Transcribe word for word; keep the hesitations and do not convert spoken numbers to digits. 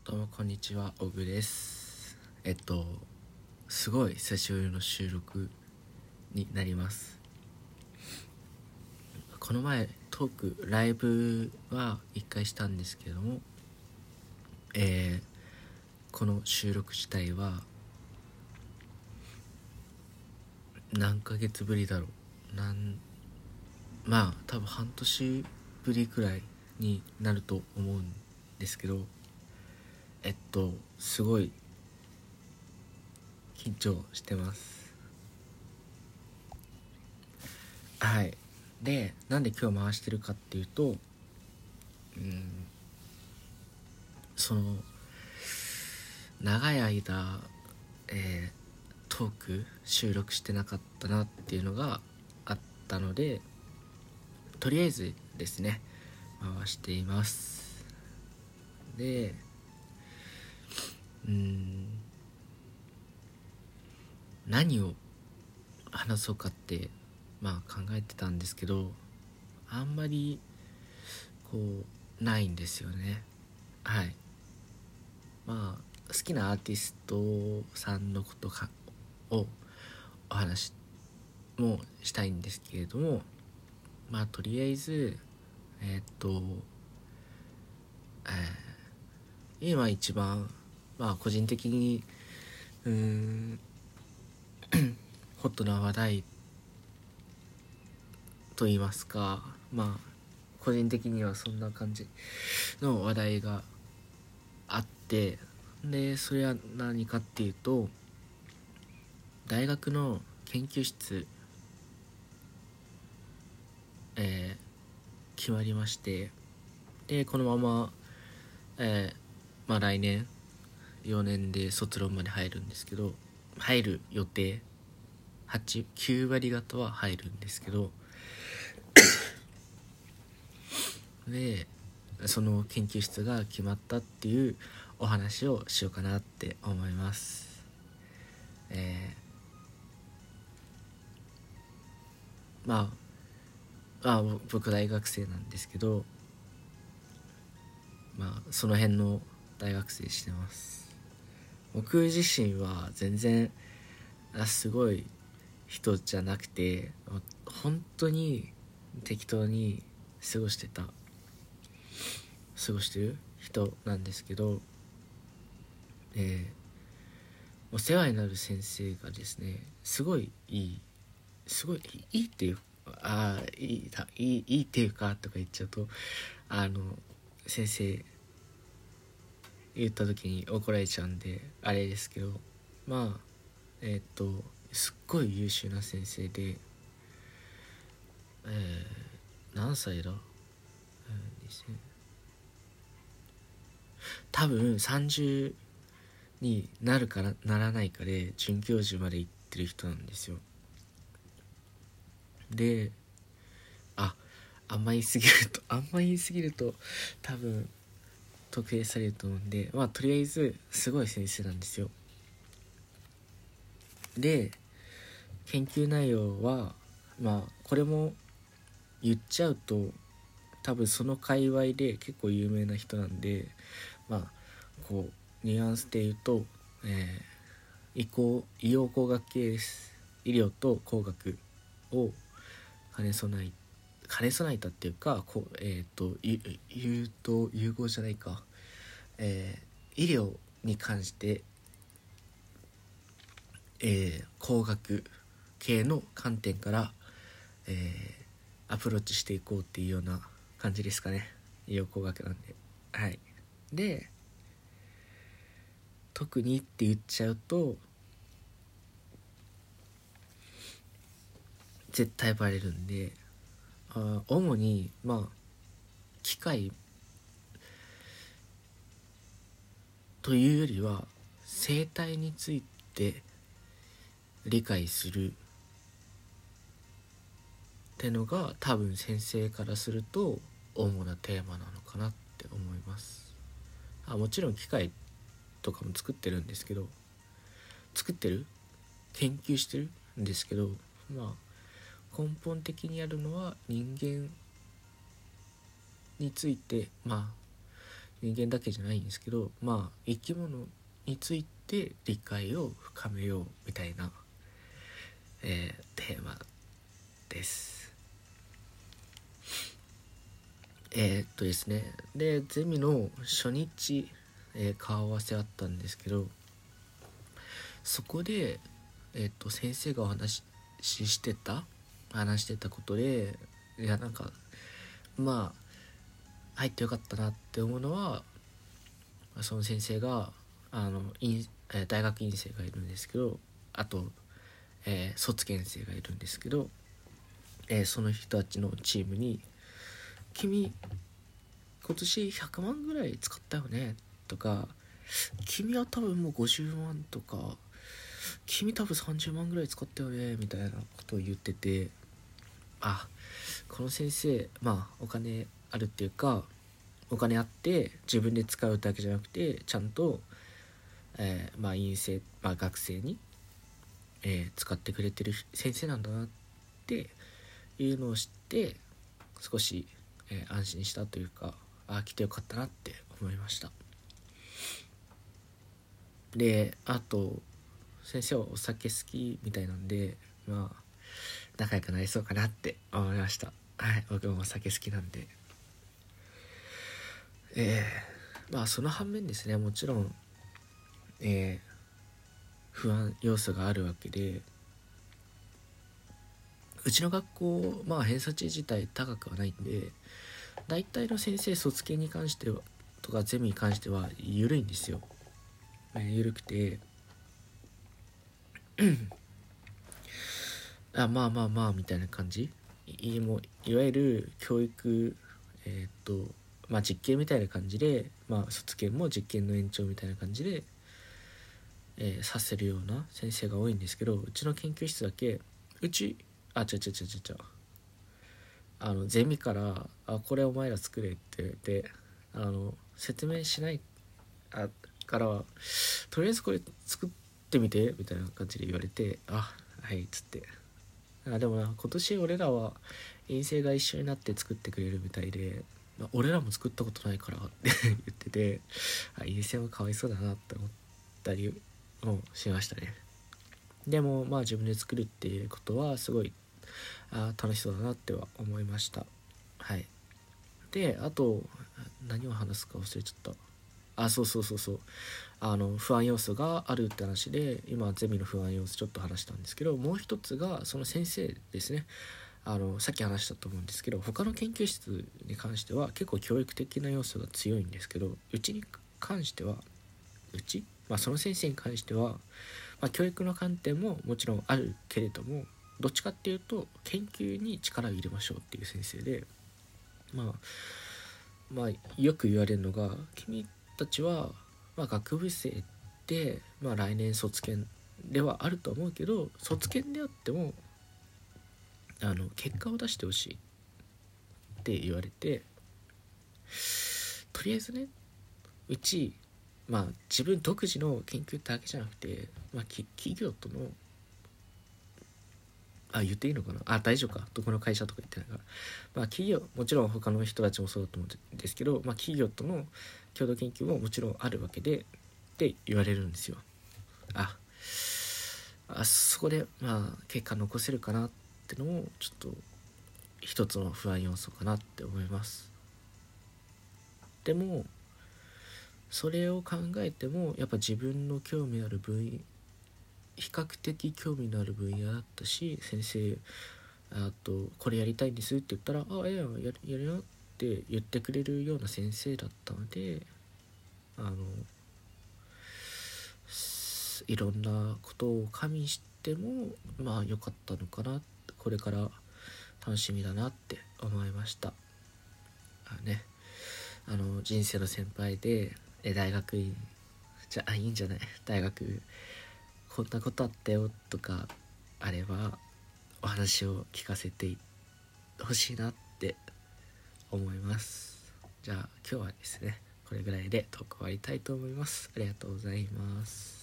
どうもこんにちは、オグです。えっとすごい久しぶりの収録になります。この前トークライブは一回したんですけども、えー、この収録自体は何ヶ月ぶりだろうなんまあ多分半年ぶりくらいになると思うんですけど、えっとすごい緊張してます。はい。で、なんで今日回してるかっていうと、うんその長い間、えートーク収録してなかったなっていうのがあったので、とりあえずですね回しています。で、うーん何を話そうかってまあ考えてたんですけど、あんまりこうないんですよね。はい。まあ好きなアーティストさんのことかをお話もしたいんですけれども、まあとりあえずえーっと、えー今一番まあ個人的にうーんホットな話題と言いますか、まあ個人的にはそんな感じの話題があって、でそれは何かっていうと、大学の研究室、えー決まりまして、でこのまま、えーまあ来年よねんで卒論まで入るんですけど、入る予定はち、きゅう割方は入るんですけど、でその研究室が決まったっていうお話をしようかなって思います。えー、まあ、まあ僕大学生なんですけど、まあその辺の大学生してます。僕自身は全然あすごい人じゃなくて、本当に適当に過ごしてた過ごしてる人なんですけど、えーお世話になる先生がですね、すごいいいすごいいいっていうあいいいいいいっていうかとか言っちゃうと、あの先生言った時に怒られちゃうんであれですけど、まあえーっとすっごい優秀な先生で、えー、何歳だ、えー、多分さんじゅうになるかならないかで准教授まで行ってる人なんですよ。で、ああんま言い過ぎるとあんま言い過ぎると多分特定されると思うんで、まあとりあえずすごい先生なんですよ。で研究内容はまあこれも言っちゃうと多分その界隈で結構有名な人なんで、まあこうニュアンスで言うと、えー、医工医療工学系です。医療と工学を兼ね備え兼ね備えたっていうか、こうえっ、ー、と融と融合じゃないか、えー、医療に関して、えー、工学系の観点から、えー、アプローチしていこうっていうような感じですかね。医療工学なんで。はい。で特にって言っちゃうと絶対バレるんで、あ主にまあ機械というよりは生態について理解するってのが多分先生からすると主なテーマなのかなって思います。あもちろん機械とかも作ってるんですけど作ってる研究してるんですけど、まあ根本的にあるのは人間についてまあ人間だけじゃないんですけど、まあ生き物について理解を深めようみたいな、えー、テーマです。えー、っとですねでゼミの初日、えー、顔合わせあったんですけど、そこで、えー、っと先生がお話ししてた話してたことで、いやなんかまあ入ってよかったなって思うのは、その先生があの院大学院生がいるんですけど、あと、えー、卒検生がいるんですけど、えー、その人たちのチームに「君今年ひゃくまんぐらい使ったよね」とか「君は多分もうごじゅうまん」とか「君多分さんじゅうまんぐらい使ったよね」みたいなことを言ってて、あ、この先生まあお金あるっていうか、お金あって自分で使うだけじゃなくてちゃんと、えー、まあ院生、まあ、学生に、えー、使ってくれてる先生なんだなっていうのを知って少し、えー、安心したというか、あ、来てよかったなって思いました。で、あと先生はお酒好きみたいなんで、まあ仲良くなりそうかなって思いました。はい、僕もお酒好きなんで。えー、まあその反面ですね、もちろん、えー、不安要素があるわけで、うちの学校まあ偏差値自体高くはないんで、大体の先生卒検に関してはとかゼミに関しては緩いんですよ。えー、緩くてあまあまあまあみたいな感じ、 い, もういわゆる教育、えー、っとまあ実験みたいな感じで、まあ卒検も実験の延長みたいな感じで、えー、させるような先生が多いんですけど、うちの研究室だけうちあちゃちゃちゃちゃちゃあのゼミからあこれお前ら作れって言われて、あの説明しないあからとりあえずこれ作ってみてみたいな感じで言われて、あはいっつって、あでもな今年俺らは院生が一緒になって作ってくれるみたいで、まあ、俺らも作ったことないからって言ってて、あ院生もかわいそうだなって思ったりもしましたね。でもまあ自分で作るっていうことはすごいあ楽しそうだなっては思いました。はい。であと何を話すか忘れちゃった。あそうそうそうそうあの不安要素があるって話で、今ゼミの不安要素ちょっと話したんですけど、もう一つがその先生ですね。あのさっき話したと思うんですけど、他の研究室に関しては結構教育的な要素が強いんですけど、うちに関してはうち、まあ、その先生に関しては、まあ、教育の観点ももちろんあるけれども、どっちかっていうと研究に力を入れましょうっていう先生で、まあまあよく言われるのが、君たちは、まあ、学部生で、まあ、来年卒検ではあると思うけど、卒検であってもあの結果を出してほしいって言われて、とりあえずねうちまあ自分独自の研究だけじゃなくて、まあ、企業とのあ言っていいのかなあ大丈夫かどこの会社とか言ってないから、まあ企業もちろん他の人たちもそうだと思うんですけど、まあ企業との共同研究ももちろんあるわけでって言われるんですよ。ああそこでまあ結果残せるかなってのもちょっと一つの不安要素かなって思います。でもそれを考えてもやっぱ自分の興味ある分野比較的興味のある分野だったし、先生あとこれやりたいんですって言ったらあええやんややるよって言ってくれるような先生だったので、あのいろんなことを加味してもまあ良かったのかな、これから楽しみだなって思いました。あねあの人生の先輩でえ大学院じゃあいいんじゃない大学こんなことあったよとかあればお話を聞かせてほしいなって思います。じゃあ今日はですねこれぐらいでトーク終わりたいと思います。ありがとうございます。